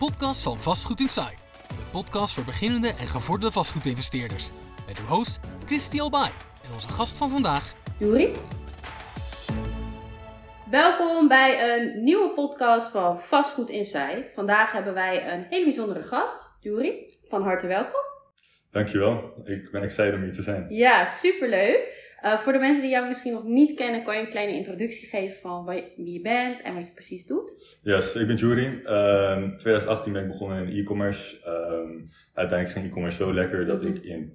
podcast van Vastgoed Inside. De podcast voor beginnende en gevorderde vastgoedinvesteerders. Met uw host Christy Albay en onze gast van vandaag, Juri. Welkom bij een nieuwe podcast van Vastgoed Inside. Vandaag hebben wij een hele bijzondere gast, Juri. Van harte welkom. Dankjewel, ik ben excited om hier te zijn. Ja, superleuk. Voor de mensen die jou misschien nog niet kennen, kan je een kleine introductie geven van wie je bent en wat je precies doet? Yes, ik ben Juri. 2018 ben ik begonnen in e-commerce. Uiteindelijk ging e-commerce zo lekker dat ik in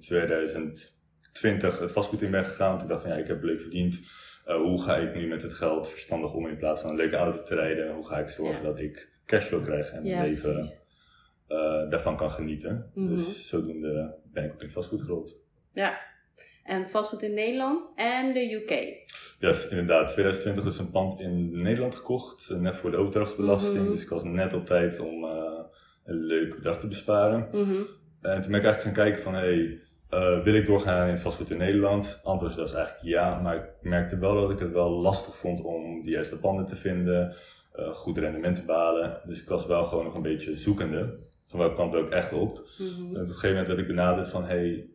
2020 het vastgoed in ben gegaan. Toen dacht ik van ik heb leuk verdiend. Hoe ga ik nu met het geld verstandig om in plaats van een leuke auto te rijden? Hoe ga ik zorgen dat ik cashflow krijg en mijn leven daarvan kan genieten? Dus zodoende ben ik ook in het vastgoed gerold. Ja. En vastgoed in Nederland en de UK. Yes, inderdaad. 2020 is een pand in Nederland gekocht, net voor de overdrachtsbelasting. Dus ik was net op tijd om een leuk bedrag te besparen. En toen ben ik eigenlijk gaan kijken van, wil ik doorgaan in het vastgoed in Nederland? Antwoord was eigenlijk ja, maar ik merkte wel dat ik het wel lastig vond om de juiste panden te vinden, goed rendement te behalen. Dus ik was wel gewoon nog een beetje zoekende. Van welke kant wil ik echt op? En op een gegeven moment werd ik benaderd van,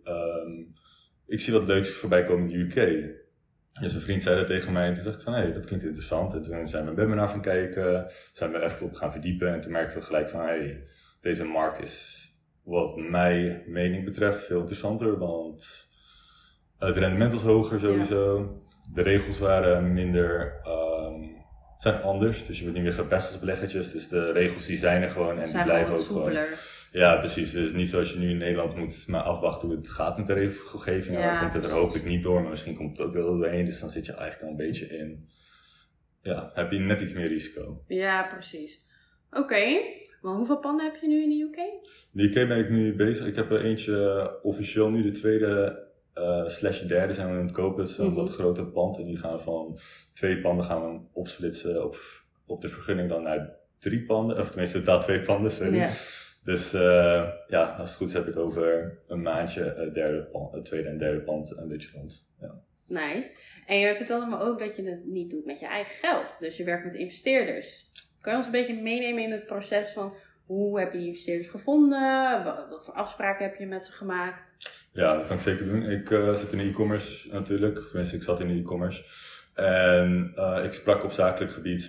ik zie wat leuks voorbij komen in de UK. Dus een vriend zei dat tegen mij en toen dacht ik van, dat klinkt interessant. En toen zijn we een webinar gaan kijken, zijn we echt op gaan verdiepen. En toen merkten we gelijk van, deze markt is wat mijn mening betreft veel interessanter. Want het rendement was hoger sowieso. Ja. De regels waren minder, zijn anders. Dus je wordt niet meer gepest als beleggertjes. Dus de regels die zijn er gewoon en die blijven ook soepeler. Gewoon. Ja, precies. Dus niet zoals je nu in Nederland moet maar afwachten hoe het gaat met de regelgeving. Dan komt het er hopelijk niet door, maar misschien komt het ook wel doorheen. Dus dan zit je eigenlijk al een beetje in, heb je net iets meer risico. Ja, precies. Oké, maar hoeveel panden heb je nu in de UK? In de UK ben ik nu bezig. Ik heb er eentje officieel nu de tweede / derde zijn we aan het kopen. Het is een wat groter pand en die gaan van 2 panden gaan we opsplitsen op de vergunning dan naar 3 panden. Of tenminste totaal 2 panden, sorry. Ja. Dus als het goed is heb ik over een maandje het tweede en derde pand een beetje rond. Ja. Nice. En je vertelde me ook dat je het niet doet met je eigen geld. Dus je werkt met investeerders. Kan je ons een beetje meenemen in het proces van hoe heb je die investeerders gevonden? Wat voor afspraken heb je met ze gemaakt? Ja, dat kan ik zeker doen. Ik zit in de e-commerce natuurlijk. Tenminste, ik zat in de e-commerce. En ik sprak op zakelijk gebied,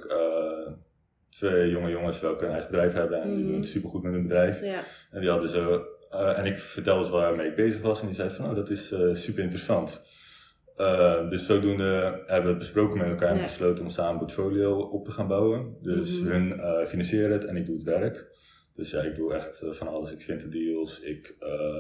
2 jonge jongens welke een eigen bedrijf hebben en die doen het supergoed met hun bedrijf. Ja. En die hadden zo, en ik vertelde ze waarmee ik bezig was en die zeiden van, dat is super interessant. Dus zodoende hebben we het besproken met elkaar en besloten om samen een portfolio op te gaan bouwen. Dus hun financieren het en ik doe het werk. Dus ik doe echt van alles. Ik vind de deals, ik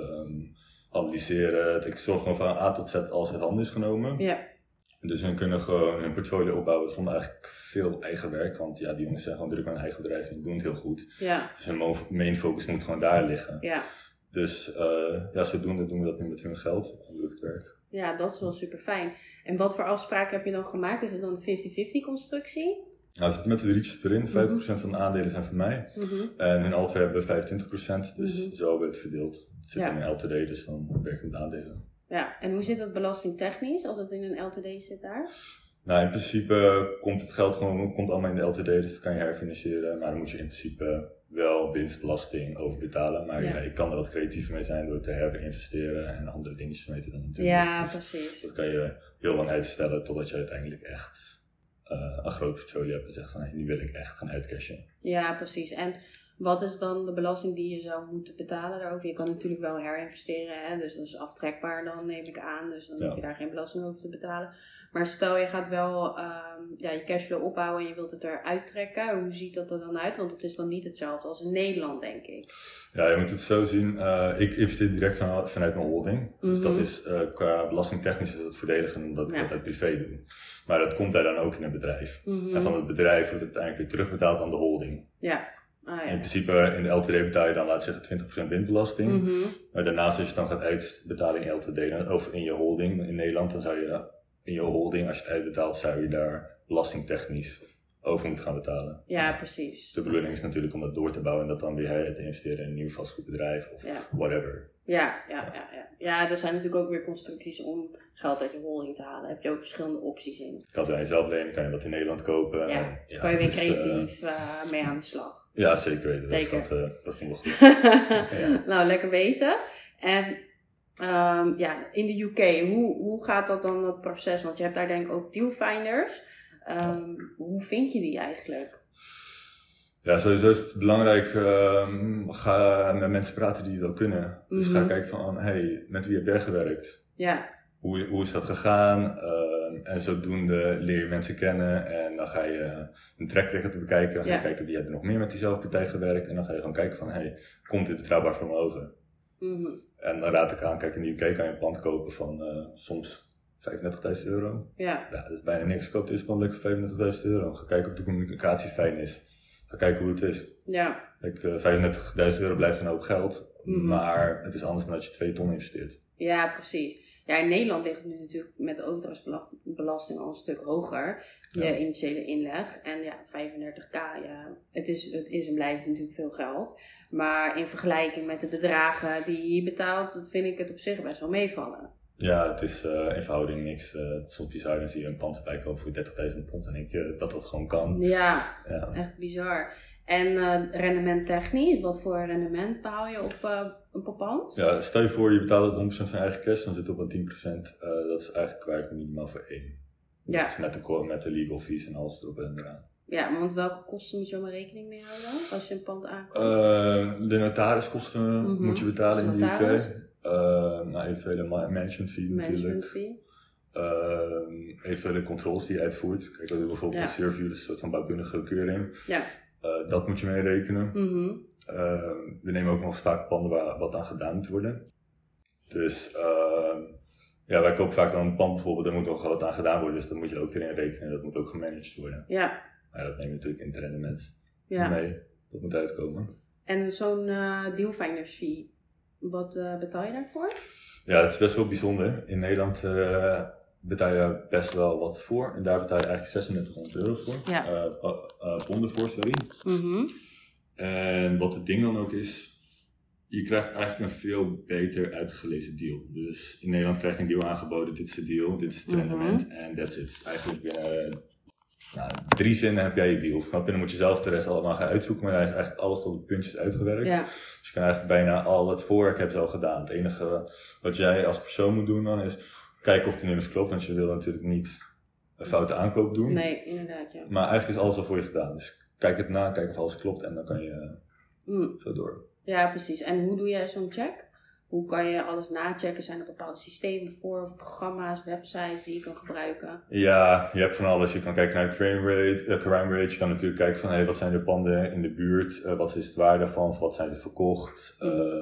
analyseer het, ik zorg gewoon van A tot Z als het handen is genomen. Ja. Dus hun kunnen gewoon hun portfolio opbouwen zonder eigenlijk veel eigen werk. Want die jongens zijn gewoon druk met hun eigen bedrijf en die doen het heel goed. Ja. Dus hun main focus moet gewoon daar liggen. Ja. Dus zodoende doen we dat nu met hun geld en doe ik het werk. Ja, dat is wel super fijn. En wat voor afspraken heb je dan gemaakt? Is het dan een 50-50 constructie? Nou, zitten met de drietjes erin. 50% van de aandelen zijn van mij. En hun alle twee hebben 25%. Dus zo hebben we het verdeeld. Het zit in een LTD, dus dan werk ik met aandelen. Ja, en hoe zit dat belastingtechnisch als het in een LTD zit daar? Nou, in principe komt het geld komt allemaal in de LTD, dus dat kan je herfinancieren. Maar dan moet je in principe wel winstbelasting over betalen. Maar ik kan er wat creatiever mee zijn door te herinvesteren en andere dingetjes mee te doen natuurlijk. Ja, dus precies. Dat kan je heel lang uitstellen totdat je uiteindelijk echt een groot portfolio hebt en zegt van nu wil ik echt gaan uitcashen. Ja, precies. En wat is dan de belasting die je zou moeten betalen daarover? Je kan natuurlijk wel herinvesteren, hè? Dus dat is aftrekbaar dan, neem ik aan. Dus dan hoef je daar geen belasting over te betalen. Maar stel je gaat wel je cashflow opbouwen en je wilt het eruit trekken. Hoe ziet dat er dan uit? Want het is dan niet hetzelfde als in Nederland, denk ik. Ja, je moet het zo zien. Ik investeer direct vanuit mijn holding. Dus dat is qua belastingtechnisch is het voordelig omdat ik dat uit privé doe. Maar dat komt daar dan ook in het bedrijf. En van het bedrijf wordt het uiteindelijk weer terugbetaald aan de holding. Ja. In principe in de LTD betaal je dan, laat zeggen, 20% windbelasting. Maar daarnaast als je het dan gaat uitbetalen in LTD of in je holding in Nederland, dan zou je in je holding, als je het uitbetaalt, zou je daar belastingtechnisch over moeten gaan betalen. Ja, precies. De bedoeling is natuurlijk om dat door te bouwen en dat dan weer te investeren in een nieuw vastgoedbedrijf of whatever. Ja, er zijn natuurlijk ook weer constructies om geld uit je holding te halen. Daar heb je ook verschillende opties in. Geld bij jezelf lenen, kan je dat in Nederland kopen. Ja, kan je weer creatief mee aan de slag. Ja, zeker weten. Zeker. Dat komt wel goed. Ja. Nou, lekker bezig. En in de UK, hoe gaat dat dan, het proces? Want je hebt daar denk ik ook dealfinders. Hoe vind je die eigenlijk? Ja, sowieso is het belangrijk, ga met mensen praten die het al kunnen. Dus ga kijken van, met wie heb jij gewerkt? Ja. Hoe is dat gegaan? En zodoende leer je mensen kennen en dan ga je een track record bekijken. Dan ga je kijken wie heeft er nog meer met diezelfde partij gewerkt. En dan ga je gewoon kijken van, komt dit betrouwbaar voor me over? En dan raad ik aan, kijk, in de UK kan je een pand kopen van soms €35.000. Ja, dat is bijna niks. Koop dit pand lekker voor €35.000. Ga kijken of de communicatie fijn is. Ga kijken hoe het is. Ja. Kijk, €35.000 blijft een hoop geld. Maar het is anders dan dat je 2 ton investeert. Ja, precies. Ja, in Nederland ligt het nu natuurlijk met de overdrachtsbelasting al een stuk hoger. Je initiële inleg. En 35k, het is en blijft natuurlijk veel geld. Maar in vergelijking met de bedragen die je hier betaalt, vind ik het op zich best wel meevallen. Ja, het is in verhouding niks. Het is op bizar. Dan zie je een pand erbij kopen voor £30.000 en denk je dat dat gewoon kan. Ja, echt bizar. En rendement technisch, wat voor rendement behaal je op een pand? Ja, stel je voor je betaalt 100% van je eigen cash, dan zit het op een 10%. Dat is eigenlijk waar ik minimaal voor 1. Ja. Dus met de legal fees en alles erop en eraan. Ja, want welke kosten moet je allemaal rekening mee houden als je een pand aankoopt? De notariskosten moet je betalen in de UK. Eventuele management fee natuurlijk. Eventuele controles die je uitvoert. Kijk, dat is bijvoorbeeld een survey, dus een soort van bouwkundige keuring. Ja. Dat moet je meerekenen. We nemen ook nog vaak panden waar wat aan gedaan moet worden. Dus wij kopen vaak dan een pand bijvoorbeeld, daar moet nog wat aan gedaan worden. Dus dat moet je ook erin rekenen. Dat moet ook gemanaged worden. Ja. Dat neem je natuurlijk in het rendement mee. Dat moet uitkomen. En zo'n dealfinders fee, wat betaal je daarvoor? Ja, het is best wel bijzonder. In Nederland betaal je best wel wat voor. En daar betaal je eigenlijk €3600 voor. Ja. Ponden voor, sorry. En wat het ding dan ook is, je krijgt eigenlijk een veel beter uitgelezen deal. Dus in Nederland krijg je een deal aangeboden, dit is de deal, dit is het rendement en that's it. Dus eigenlijk binnen 3 zinnen heb jij je deal. Dan moet je zelf de rest allemaal gaan uitzoeken, maar daar is eigenlijk alles tot de puntjes uitgewerkt. Ja. Dus je kan eigenlijk bijna al het voorwerk hebben al gedaan. Het enige wat jij als persoon moet doen dan is kijken of de nummers klopt, want je wil natuurlijk niet een foute aankoop doen. Nee, inderdaad, ja. Maar eigenlijk is alles al voor je gedaan. Dus kijk het na, kijk of alles klopt en dan kan je zo door. Ja, precies. En hoe doe jij zo'n check? Hoe kan je alles nachecken? Zijn er bepaalde systemen voor, of programma's, websites die je kan gebruiken? Ja, je hebt van alles. Je kan kijken naar de crime rate. Je kan natuurlijk kijken van wat zijn de panden in de buurt? Wat is het waarde daarvan? Of wat zijn ze verkocht?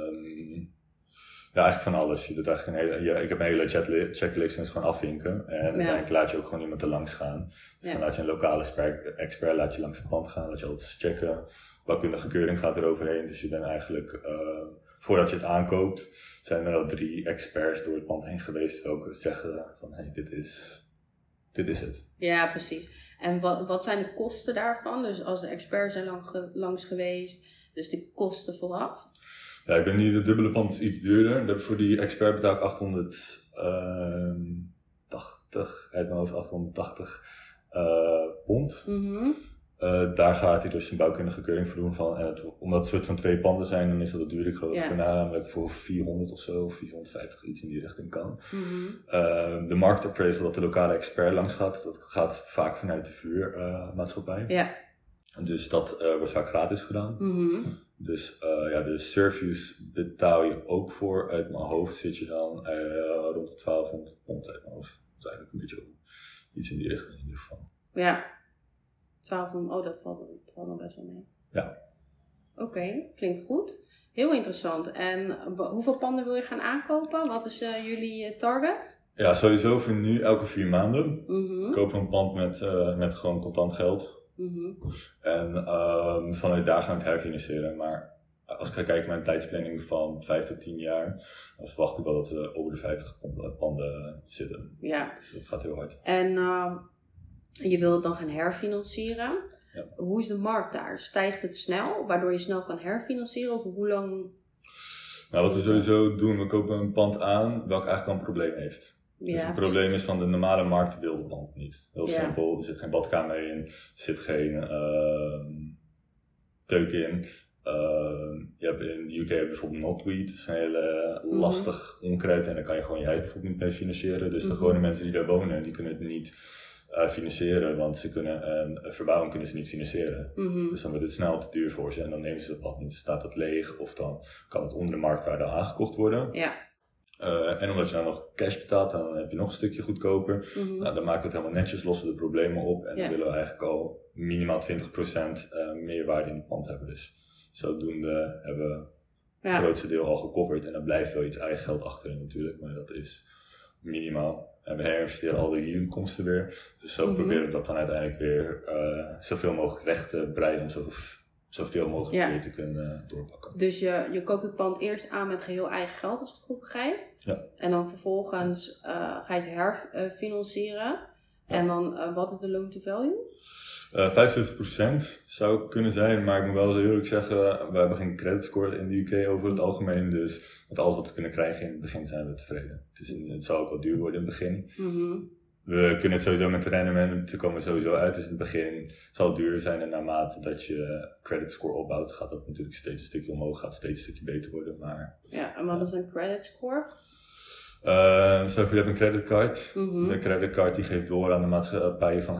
Eigenlijk van alles. Je doet eigenlijk ik heb een hele checklist en dat is gewoon afvinken. En uiteindelijk laat je ook gewoon iemand er langs gaan. Dus dan laat je een lokale expert laat je langs het pand gaan. Laat je altijd checken. Bouwkundige keuring gaat er overheen. Dus je bent eigenlijk, voordat je het aankoopt, zijn er al 3 experts door het pand heen geweest. Welke zeggen van dit is het. Ja, precies. En wat zijn de kosten daarvan? Dus als de experts zijn langs geweest, dus de kosten vooraf? Ja, ik ben nu de dubbele pand is iets duurder. Voor die expert betaal ik 880, uit mijn hoofd 880 pond. Daar gaat hij dus een bouwkundige keuring voor doen. Omdat het soort van 2 panden zijn, dan is dat duur. Ik geloof dat het voornamelijk voor 400 of zo, 450 iets in die richting kan. De marktappraisal dat de lokale expert langs gaat, dat gaat vaak vanuit de vuurmaatschappij. Ja. Dus dat wordt vaak gratis gedaan. Dus de surveys betaal je ook voor. Uit mijn hoofd zit je dan rond de 1200 pond uit mijn hoofd. Dat is eigenlijk een beetje iets in die richting in ieder geval. Ja, 1200, dat valt nog best wel mee. Ja. Oké, klinkt goed. Heel interessant. En hoeveel panden wil je gaan aankopen? Wat is jullie target? Ja, sowieso voor nu elke 4 maanden. Kopen een pand met gewoon contant geld. En vanuit daar gaan we het herfinancieren. Maar als ik ga kijken naar een tijdsplanning van 5 tot 10 jaar, dan verwacht ik wel dat we over de 50 panden zitten. Ja. Dus dat gaat heel hard. En je wil het dan gaan herfinancieren. Ja. Hoe is de markt daar? Stijgt het snel, waardoor je snel kan herfinancieren? Of hoe lang? Nou, wat we sowieso doen, we kopen een pand aan welk eigenlijk al een probleem heeft. Dus het probleem is van de normale markt wil de pand niet. Heel simpel, er zit geen badkamer in, er zit geen keuken in. Je hebt in de UK heb je bijvoorbeeld knotweed, dat is een hele lastig onkruid en daar kan je gewoon je huis bijvoorbeeld niet mee financieren. Dus de gewone mensen die daar wonen, die kunnen het niet financieren, want ze kunnen verbouwing kunnen ze niet financieren. Dus dan wordt het snel te duur voor ze en dan nemen ze het pad niet. Dan staat het leeg of dan kan het onder de marktwaarde aangekocht worden. Ja. En omdat je dan nog cash betaalt, dan heb je nog een stukje goedkoper. Nou, dan maken we het helemaal netjes, lossen de problemen op en dan willen we eigenlijk al minimaal 20% meerwaarde in het pand hebben. Dus zodoende hebben we het grootste deel al gecoverd en dan blijft wel iets eigen geld achterin natuurlijk, maar dat is minimaal. En we herinvesteren al de inkomsten weer. Dus zo proberen we dat dan uiteindelijk weer zoveel mogelijk recht te breiden om zoveel mogelijk weer te kunnen doorpakken. Dus je koopt het pand eerst aan met geheel eigen geld, als ik het goed begrijp. Ja. En dan vervolgens ga je het herfinancieren. Ja. En dan, wat is de loan to value? 75% zou kunnen zijn, maar ik moet wel zo eerlijk zeggen, we hebben geen credit score in de UK over het algemeen, dus met alles wat we kunnen krijgen in het begin zijn we tevreden. Het zal ook wel duur worden in het begin. We kunnen het sowieso met de rendementen komen sowieso uit, dus in het begin zal het duur zijn en naarmate dat je credit score opbouwt, gaat dat natuurlijk steeds een stukje omhoog, gaat steeds een stukje beter worden. Maar, ja, en wat is een credit score? Stel je hebt een creditcard. De creditcard die geeft door aan de maatschappij van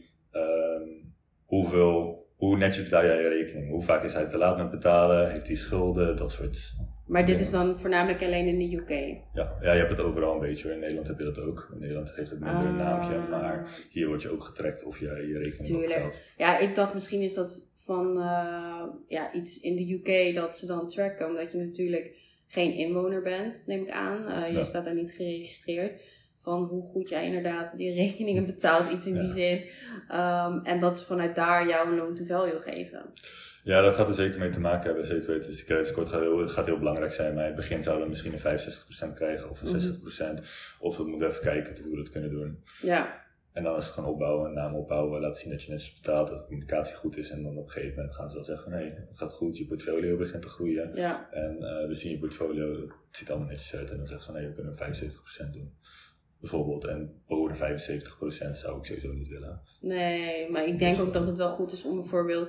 hoe netjes betaal jij je rekening? Hoe vaak is hij te laat met betalen? Heeft hij schulden? Dat soort Maar dit is dan voornamelijk alleen in de UK? Ja, je hebt het overal een beetje. In Nederland heb je dat ook. In Nederland heeft het minder een naampje, maar hier word je ook getrekt of je rekening betaalt. Ja, ik dacht misschien is dat van iets in de UK dat ze dan tracken, omdat je natuurlijk geen inwoner bent, neem ik aan. Je staat daar niet geregistreerd. Van hoe goed jij inderdaad je rekeningen betaalt, iets in die zin. En dat ze vanuit daar jou een loan to value geven. Ja, dat gaat er zeker mee te maken hebben. Zeker weten. Dus de credit score gaat heel belangrijk zijn. Maar in het begin zouden we misschien een 65% krijgen of een 60%. Of we moeten even kijken hoe we dat kunnen doen. Ja. En dan is het gewoon opbouwen, naam opbouwen, laten zien dat je netjes betaalt, dat de communicatie goed is. En dan op een gegeven moment gaan ze wel zeggen van het gaat goed, je portfolio begint te groeien. Ja. En we zien je portfolio, het ziet allemaal netjes uit. En dan zeggen ze van we kunnen 75% doen. Bijvoorbeeld, en boven de 75% zou ik sowieso niet willen. Nee, maar ik denk ook dat het wel goed is om bijvoorbeeld...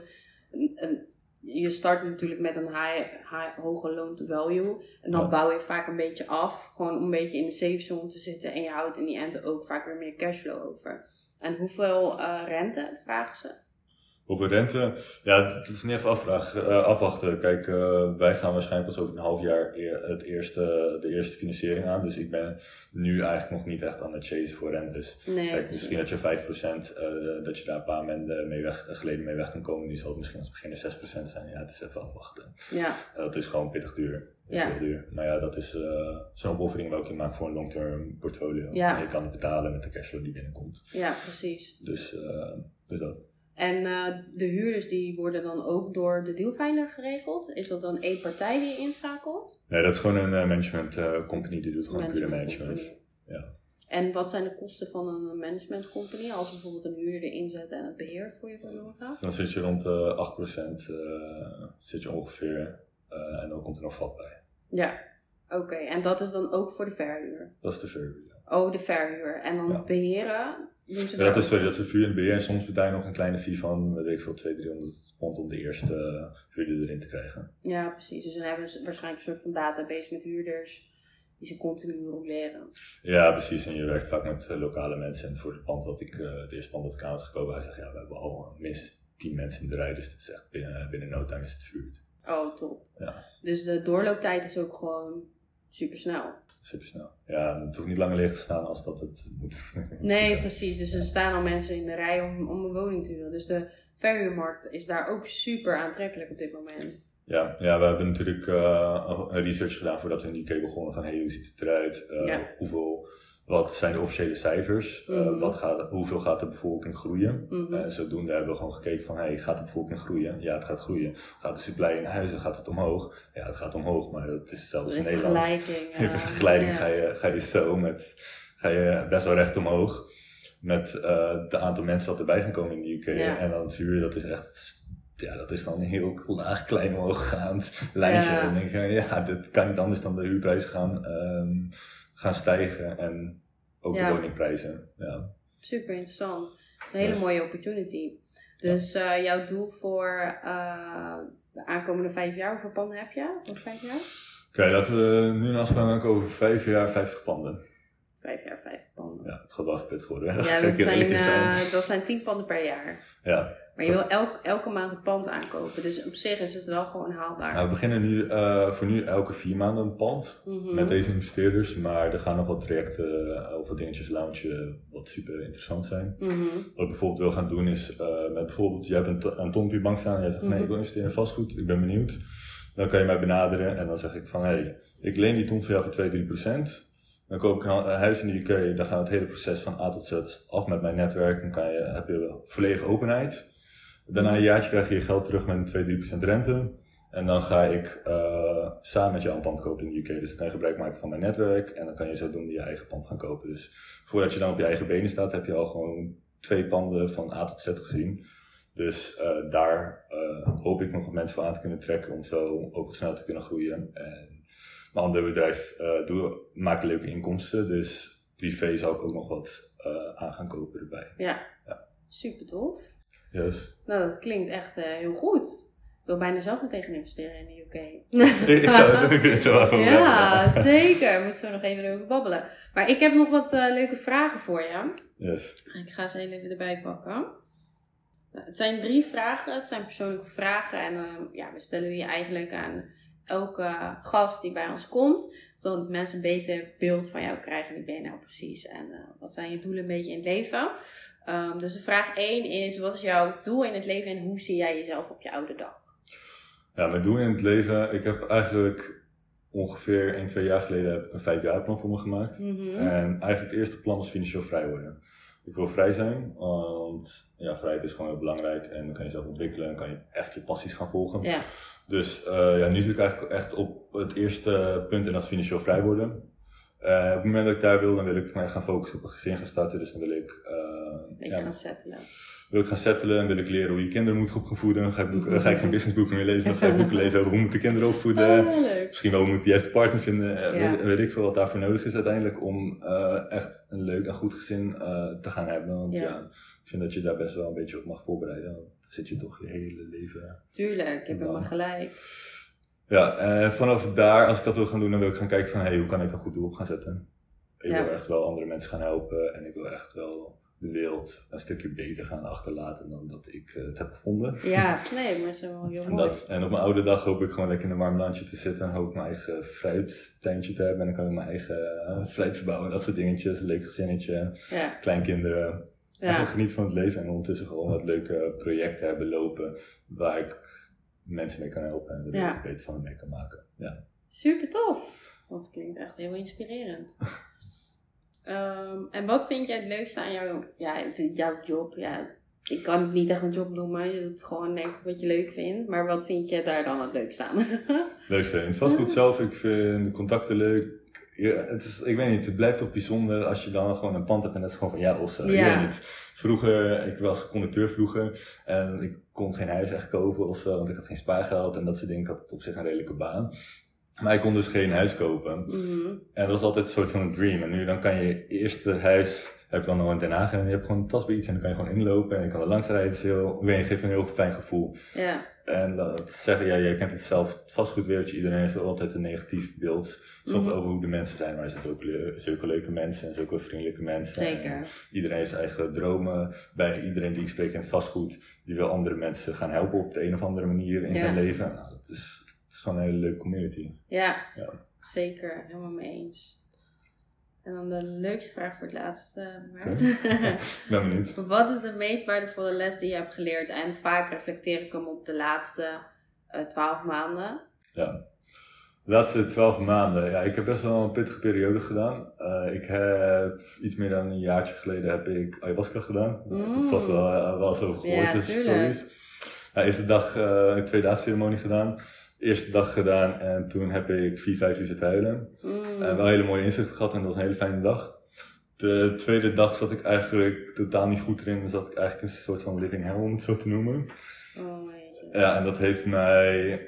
je start natuurlijk met een hoge loan to value. En dan bouw je vaak een beetje af. Gewoon om een beetje in de safe zone te zitten. En je houdt in die end ook vaak weer meer cashflow over. En hoeveel rente vragen ze? Hoeveel rente? Ja, dat is niet even afwachten. Kijk, wij gaan waarschijnlijk pas over een half jaar de eerste financiering aan. Dus ik ben nu eigenlijk nog niet echt aan het chasen voor rentes. Nee, kijk, misschien dat je 5%, dat je daar een paar maanden geleden mee weg kan komen. Die zal het misschien als beginner 6% zijn. Ja, het is even afwachten. Ja. Dat is gewoon pittig duur. Dat is heel duur. Maar ja, dat is zo'n opoffering welke je maakt voor een long-term portfolio. Ja. En je kan het betalen met de cashflow die binnenkomt. Ja, precies. Dus dat. En de huurders die worden dan ook door de dealfinder geregeld? Is dat dan één partij die je inschakelt? Nee, dat is gewoon een management company die doet gewoon pure management. Ja. En wat zijn de kosten van een management company als bijvoorbeeld een huurder erin zet en het beheer voor je doorgaat? Dan zit je rond 8% zit je ongeveer en dan komt er nog vat bij. Ja, oké. En dat is dan ook voor de verhuur? Dat is de verhuur, ja. Oh, de verhuur. En dan beheren? Doen ze dat is de vuur en beheer en soms betaal je nog een kleine fee van, weet ik veel, 200-300 pond om de eerste huurder erin te krijgen. Ja, precies. Dus dan hebben ze waarschijnlijk een soort van database met huurders die ze continu roleren. Ja, precies. En je werkt vaak met lokale mensen. En voor het pand het eerste pand dat ik aan had gekomen, hij zegt we hebben al minstens 10 mensen in de rij, dus het is echt binnen no time is het vuurd. Oh, top. Ja. Dus de doorlooptijd is ook gewoon super snel. Supersnel. Ja, het hoeft niet langer leeg te staan als dat het moet. Nee, precies. Dus er staan al mensen in de rij om een woning te huren. Dus de verhuurmarkt is daar ook super aantrekkelijk op dit moment. Ja, we hebben natuurlijk een research gedaan voordat we in de UK begonnen van hoe ziet het eruit? Wat zijn de officiële cijfers? Hoeveel gaat de bevolking groeien? Zodoende hebben we gewoon gekeken van gaat de bevolking groeien? Ja, het gaat groeien. Gaat de supply in huizen, gaat het omhoog? Ja, het gaat omhoog, maar dat is zelfs in Nederland. In vergelijking ga je best wel recht omhoog met het aantal mensen dat erbij gaan komen in de UK. Ja. En dan het huur, dat is echt... Ja, dat is dan een heel laag, klein omhooggaand lijntje. En dan denk je, dit kan niet anders dan de huurprijzen gaan stijgen en ook de woningprijzen. Ja. Super interessant. Een hele mooie opportunity. Dus jouw doel voor de aankomende 5 jaar, hoeveel panden heb je over 5 jaar? Oké, laten we nu een afspraak maken over 5 jaar 50 panden. 5 jaar 50 panden. Ja, het gaat wel verpit worden. Ja, dat zijn 10 panden per jaar. Ja. Maar je wil elke maand een pand aankopen. Dus op zich is het wel gewoon haalbaar. Nou, we beginnen nu voor nu elke 4 maanden een pand met deze investeerders. Maar er gaan nog wat trajecten of wat dingetjes launchen wat super interessant zijn. Wat ik bijvoorbeeld wil gaan doen is met bijvoorbeeld, jij hebt een ton op je bank staan en jij zegt nee, ik wil investeren in vastgoed, ik ben benieuwd. Dan kan je mij benaderen en dan zeg ik van hey, ik leen die ton voor jou voor 2-3%. Dan koop ik een huis in de UK, dan gaat het hele proces van A tot Z af met mijn netwerk. Dan heb je volledige openheid. Daarna een jaartje krijg je je geld terug met een 2-3% rente. En dan ga ik samen met jou een pand kopen in de UK. Dus dan kan je gebruik maken van mijn netwerk. En dan kan je zo doen je eigen pand gaan kopen. Dus voordat je dan op je eigen benen staat, heb je al gewoon 2 panden van A tot Z gezien. Dus daar hoop ik nog wat mensen voor aan te kunnen trekken om zo ook wat snel te kunnen groeien. En mijn andere bedrijf maakt leuke inkomsten. Dus privé zou ik ook nog wat aan gaan kopen erbij. Ja. Super tof. Yes. Nou, dat klinkt echt heel goed. Ik wil bijna zelf meteen gaan investeren in de UK. Ik zou het zo even over Ja, zeker. We moeten zo nog even over babbelen. Maar ik heb nog wat leuke vragen voor je. Yes. Ik ga ze heel even erbij pakken. Het zijn 3 vragen. Het zijn persoonlijke vragen. En we stellen die eigenlijk aan elke gast die bij ons komt. Zodat mensen een beter beeld van jou krijgen. Wie ben je nou precies? En wat zijn je doelen een beetje in het leven? Dus de vraag 1 is, wat is jouw doel in het leven en hoe zie jij jezelf op je oude dag? Ja, mijn doel in het leven, ik heb eigenlijk ongeveer 1-2 jaar geleden heb ik een 5-jaar plan voor me gemaakt. En eigenlijk het eerste plan was financieel vrij worden. Ik wil vrij zijn, want ja, vrijheid is gewoon heel belangrijk en dan kan je zelf ontwikkelen en kan je echt je passies gaan volgen. Ja. Dus nu zit ik eigenlijk echt op het eerste punt en dat is financieel vrij worden. Op het moment dat ik daar wil, dan wil ik mij gaan focussen op een gezin gaan starten. Dus dan wil ik gaan settelen. Wil ik gaan settelen en wil ik leren hoe je kinderen moet opvoeden. Dan ga ik geen businessboeken meer lezen. Dan ga ik boeken lezen over hoe moet de kinderen opvoeden. Misschien wel hoe moet de juiste partner vinden. Weet ik veel wat daarvoor nodig is uiteindelijk om echt een leuk en goed gezin te gaan hebben. Want ik vind dat je daar best wel een beetje op mag voorbereiden. Want dan zit je toch je hele leven. Tuurlijk, je hebt helemaal gelijk. Ja, vanaf daar, als ik dat wil gaan doen, dan wil ik gaan kijken van hoe kan ik een goed doel op gaan zetten. Ik wil echt wel andere mensen gaan helpen en ik wil echt wel de wereld een stukje beter gaan achterlaten dan dat ik het heb gevonden. Ja, nee, maar dat is wel heel mooi. En op mijn oude dag hoop ik gewoon lekker in een warm landje te zitten en hoop ik mijn eigen fruittuintje te hebben. En dan kan ik mijn eigen fruit verbouwen, dat soort dingetjes, een leuk gezinnetje, kleinkinderen. En ik geniet van het leven en ondertussen gewoon wat leuke projecten hebben lopen waar ik mensen mee kan helpen en de wereld beter van mee kan maken. Ja. Super tof! Dat klinkt echt heel inspirerend. En wat vind jij het leukste aan jouw job? Ja, ik kan het niet echt een job noemen, je doet het gewoon denk ik wat je leuk vindt. Maar wat vind je daar dan het leukste aan? Leukste in het vastgoed zelf, ik vind de contacten leuk. Ja, ik weet niet, het blijft toch bijzonder als je dan gewoon een pand hebt en dat is gewoon van jou of zo. Ja. Ik weet niet. Vroeger, ik was conducteur vroeger en ik kon geen huis echt kopen of zo, want ik had geen spaargeld en dat soort dingen. Ik had op zich een redelijke baan. Maar ik kon dus geen huis kopen. En dat was altijd een soort van een dream. En nu dan kan je eerste huis, heb ik dan nog in Den Haag en je hebt gewoon een tas bij iets en dan kan je gewoon inlopen en je kan er langs rijden. Het geeft een heel fijn gevoel. Ja. En dat zeggen, jij kent het zelf, het vastgoedwereldje, iedereen heeft altijd een negatief beeld. Soms over hoe de mensen zijn, maar er zijn ook zulke leuke mensen en zulke vriendelijke mensen. Zeker. En iedereen heeft zijn eigen dromen. Bijna iedereen die ik spreek in het vastgoed, die wil andere mensen gaan helpen op de een of andere manier in zijn leven. Nou, het is gewoon een hele leuke community. Ja, zeker. Helemaal mee eens. En dan de leukste vraag voor het laatste, Maart. Ik ben benieuwd. Wat is de meest waardevolle les die je hebt geleerd? En vaak reflecteer ik hem op de laatste 12 maanden. Ja, de laatste 12 maanden. Ja, ik heb best wel een pittige periode gedaan. Ik heb iets meer dan een jaartje geleden heb ik ayahuasca gedaan. Ik heb het vast wel eens over gehoord. Ja, tuurlijk. Eerste dag, 2 dagen ceremonie gedaan. Eerste dag gedaan en toen heb ik 4-5 uur zitten huilen. Wel een hele mooie inzicht gehad en dat was een hele fijne dag. De tweede dag zat ik eigenlijk totaal niet goed erin. Dan zat ik eigenlijk een soort van living hell, om het zo te noemen. Ja, en dat heeft mij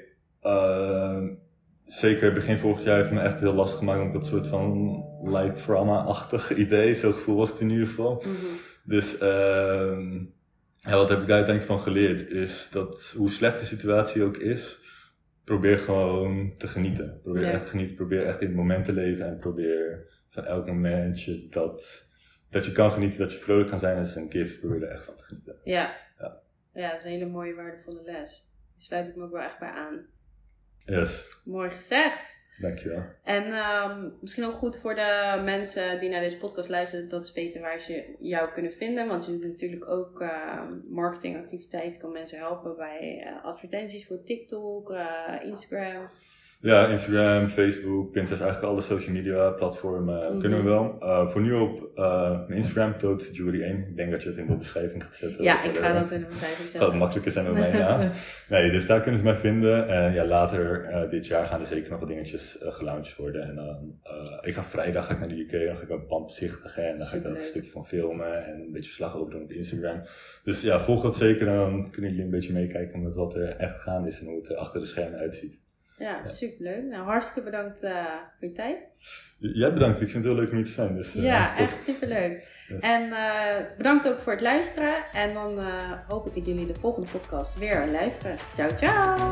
zeker begin vorig jaar heeft me echt heel lastig gemaakt. Omdat ik dat soort van light trauma-achtig idee, zo'n gevoel was het in ieder geval. Dus Ja, wat heb ik daar uiteindelijk van geleerd is dat hoe slecht de situatie ook is, probeer gewoon te genieten. Probeer echt te genieten, probeer echt in het moment te leven en probeer van elk momentje dat je kan genieten, dat je vrolijk kan zijn, dat is een gift, probeer er echt van te genieten. Ja, dat is een hele mooie, waardevolle les. Daar sluit ik me ook wel echt bij aan. Yes. Mooi gezegd. Dankjewel. En misschien ook goed voor de mensen die naar deze podcast luisteren, dat ze weten waar ze jou kunnen vinden. Want je doet natuurlijk ook marketingactiviteiten, kan mensen helpen bij advertenties voor TikTok, Instagram. Ja, Instagram, Facebook, Pinterest, eigenlijk alle social media platformen kunnen we wel. Voor nu op mijn Instagram, ToadJewelry1. Ik denk dat je het in de beschrijving gaat zetten. Ja, ik ga dat in de beschrijving zetten. Dat het makkelijker zijn bij mij, ja. Nee, dus daar kunnen ze mij vinden. En later dit jaar gaan er zeker nog wat dingetjes gelaunched worden. En ik ga vrijdag naar de UK, dan ga ik een pand bezichtigen. En dan ga ik daar een stukje van filmen en een beetje verslag over doen op Instagram. Dus ja, volg dat zeker. Dan kunnen jullie een beetje meekijken met wat er echt gaande is en hoe het er achter de schermen uitziet. Ja, superleuk. Nou, hartstikke bedankt voor je tijd. Jij bedankt, ik vind het heel leuk om hier te zijn. Dus, echt superleuk. Yes. En bedankt ook voor het luisteren. En dan hoop ik dat jullie de volgende podcast weer luisteren. Ciao, ciao!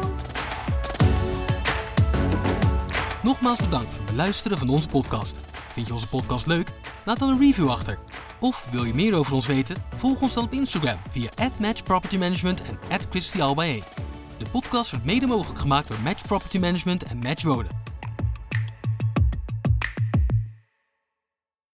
Nogmaals bedankt voor het beluisteren van onze podcast. Vind je onze podcast leuk? Laat dan een review achter. Of wil je meer over ons weten? Volg ons dan op Instagram via @matchpropertymanagement en @ChristyAlbae. De podcast wordt mede mogelijk gemaakt door Match Property Management en Match Wonen.